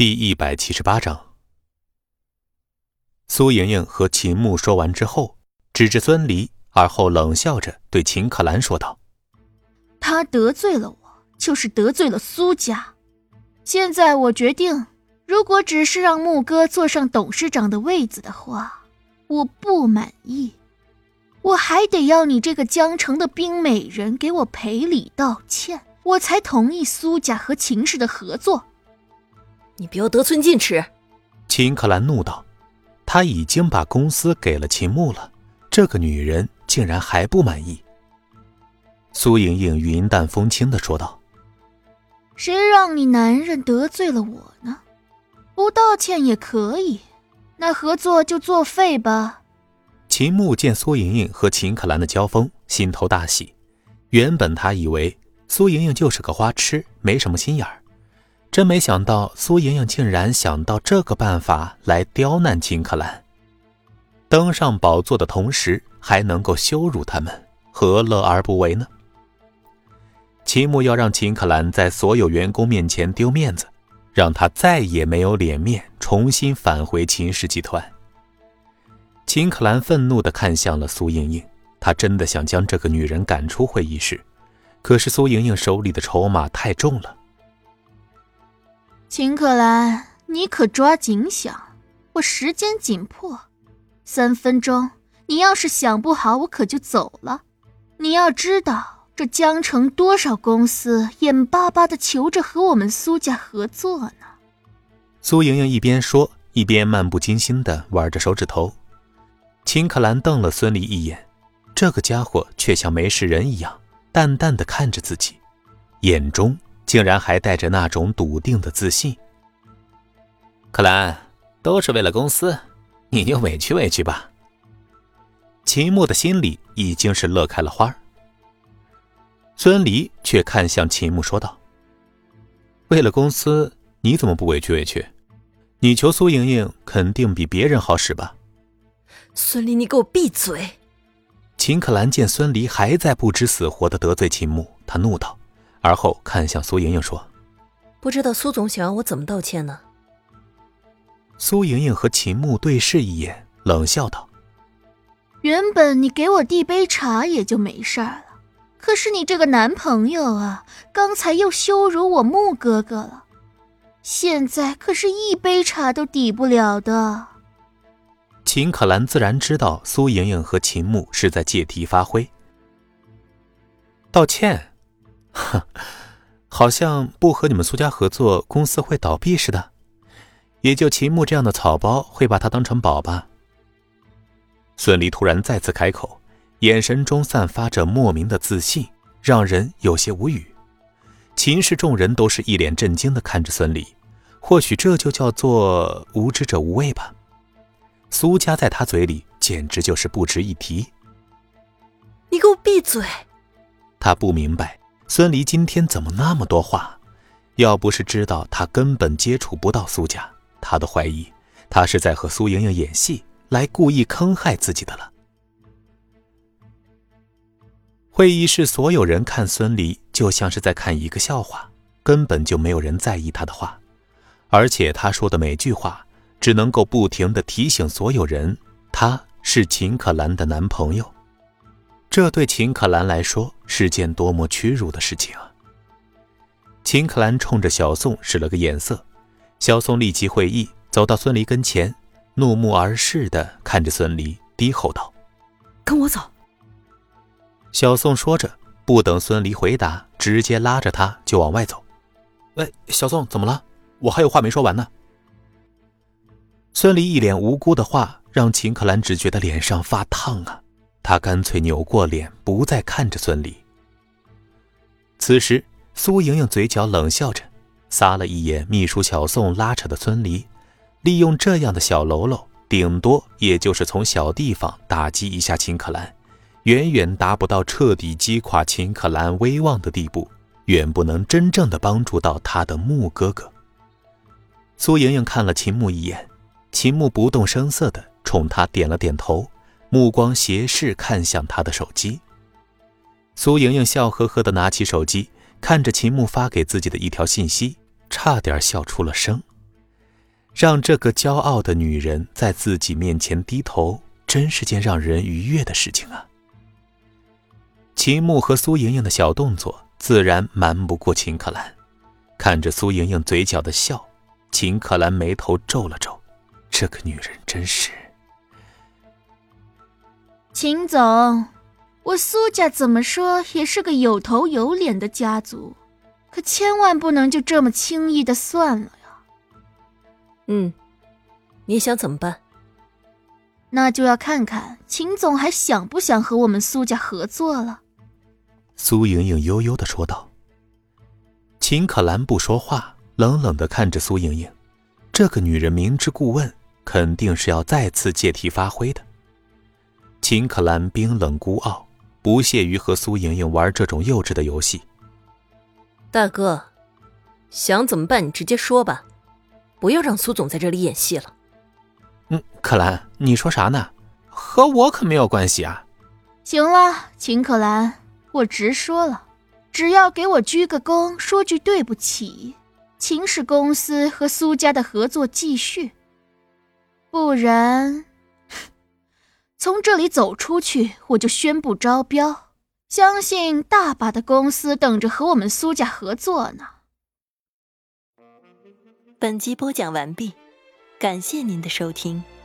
第178章。苏莹莹和秦牧说完之后，指着孙离，而后冷笑着对秦可兰说道： 他得罪了我，就是得罪了苏家。现在我决定，如果只是让牧哥坐上董事长的位子的话，我不满意。我还得要你这个江城的冰美人给我赔礼道歉，我才同意苏家和秦氏的合作。 你不要得寸进尺！ 秦可兰怒道，她已经把公司给了秦牧了，这个女人竟然还不满意。苏莹莹云淡风轻地说道： 谁让你男人得罪了我呢？不道歉也可以，那合作就作废吧。 秦牧见苏莹莹和秦可兰的交锋，心头大喜。原本他以为苏莹莹就是个花痴，没什么心眼儿，真没想到苏莹莹竟然想到这个办法来刁难秦可兰。登上宝座的同时还能够羞辱他们，何乐而不为呢？秦牧要让秦可兰在所有员工面前丢面子，让他再也没有脸面重新返回秦氏集团。秦可兰愤怒地看向了苏莹莹，她真的想将这个女人赶出会议室，可是苏莹莹手里的筹码太重了。 秦可兰，你可抓紧想，我时间紧迫，3分钟，你要是想不好，我可就走了。你要知道，这江城多少公司眼巴巴地求着和我们苏家合作呢。 苏莹莹一边说，一边漫不经心地玩着手指头。秦可兰瞪了孙离一眼，这个家伙却像没事人一样，淡淡地看着自己，眼中竟然还带着那种笃定的自信。可兰，都是为了公司，你就委屈委屈吧。秦牧的心里已经是乐开了花。孙离却看向秦牧说道：为了公司，你怎么不委屈委屈？你求苏莹莹肯定比别人好使吧？ 孙离，你给我闭嘴！ 秦可兰见孙离还在不知死活地得罪秦牧，他怒道，而后看向苏莹莹说： 不知道苏总想要我怎么道歉呢？ 苏莹莹和秦牧对视一眼，冷笑道： 原本你给我递杯茶也就没事了，可是你这个男朋友啊，刚才又羞辱我牧哥哥了，现在可是一杯茶都抵不了的。 秦可兰自然知道苏莹莹和秦牧是在借题发挥。道歉？哼，好像不和你们苏家合作，公司会倒闭似的。也就秦牧这样的草包会把他当成宝吧。孙离突然再次开口，眼神中散发着莫名的自信，让人有些无语。秦氏众人都是一脸震惊地看着孙离，或许这就叫做无知者无畏吧。苏家在他嘴里简直就是不值一提。 你给我闭嘴！ 他不明白孙离今天怎么那么多话，要不是知道他根本接触不到苏家，他都怀疑他是在和苏莹莹演戏，来故意坑害自己的了。会议室所有人看孙离就像是在看一个笑话，根本就没有人在意他的话，而且他说的每句话只能够不停地提醒所有人，他是秦可兰的男朋友。这对秦可兰来说是件多么屈辱的事情啊！秦可兰冲着小宋使了个眼色，小宋立即会意，走到孙离跟前，怒目而视地看着孙离，低吼道： 跟我走！ 小宋说着，不等孙离回答，直接拉着他就往外走。喂，小宋怎么了？我还有话没说完呢。孙离一脸无辜的话让秦可兰只觉得脸上发烫啊，他干脆扭过脸，不再看着孙离。此时苏莹莹嘴角冷笑着，撒了一眼秘书小宋拉扯的孙离，利用这样的小喽啰，顶多也就是从小地方打击一下秦可兰，远远达不到彻底击垮秦可兰威望的地步，远不能真正的帮助到他的牧哥哥。苏莹莹看了秦牧一眼，秦牧不动声色地冲他点了点头，目光斜视看向他的手机。苏莹莹笑呵呵地拿起手机，看着秦牧发给自己的一条信息，差点笑出了声。 让这个骄傲的女人在自己面前低头，真是件让人愉悦的事情啊。秦牧和苏莹莹的小动作自然瞒不过秦可兰，看着苏莹莹嘴角的笑，秦可兰眉头皱了皱，这个女人真是…… 秦总，我苏家怎么说也是个有头有脸的家族，可千万不能就这么轻易的算了呀。 你想怎么办？ 那就要看看秦总还想不想和我们苏家合作了。 苏莹莹悠悠地说道。秦可兰不说话，冷冷地看着苏莹莹，这个女人明知故问，肯定是要再次借题发挥的。秦可兰冰冷孤傲，不屑于和苏莹莹玩这种幼稚的游戏。 大哥，想怎么办你直接说吧，不要让苏总在这里演戏了。 可兰，你说啥呢？和我可没有关系啊。 行了，秦可兰，我直说了，只要给我鞠个躬，说句对不起，秦氏公司和苏家的合作继续，不然从这里走出去我就宣布招标，相信大把的公司等着和我们苏家合作呢。 本集播讲完毕，感谢您的收听。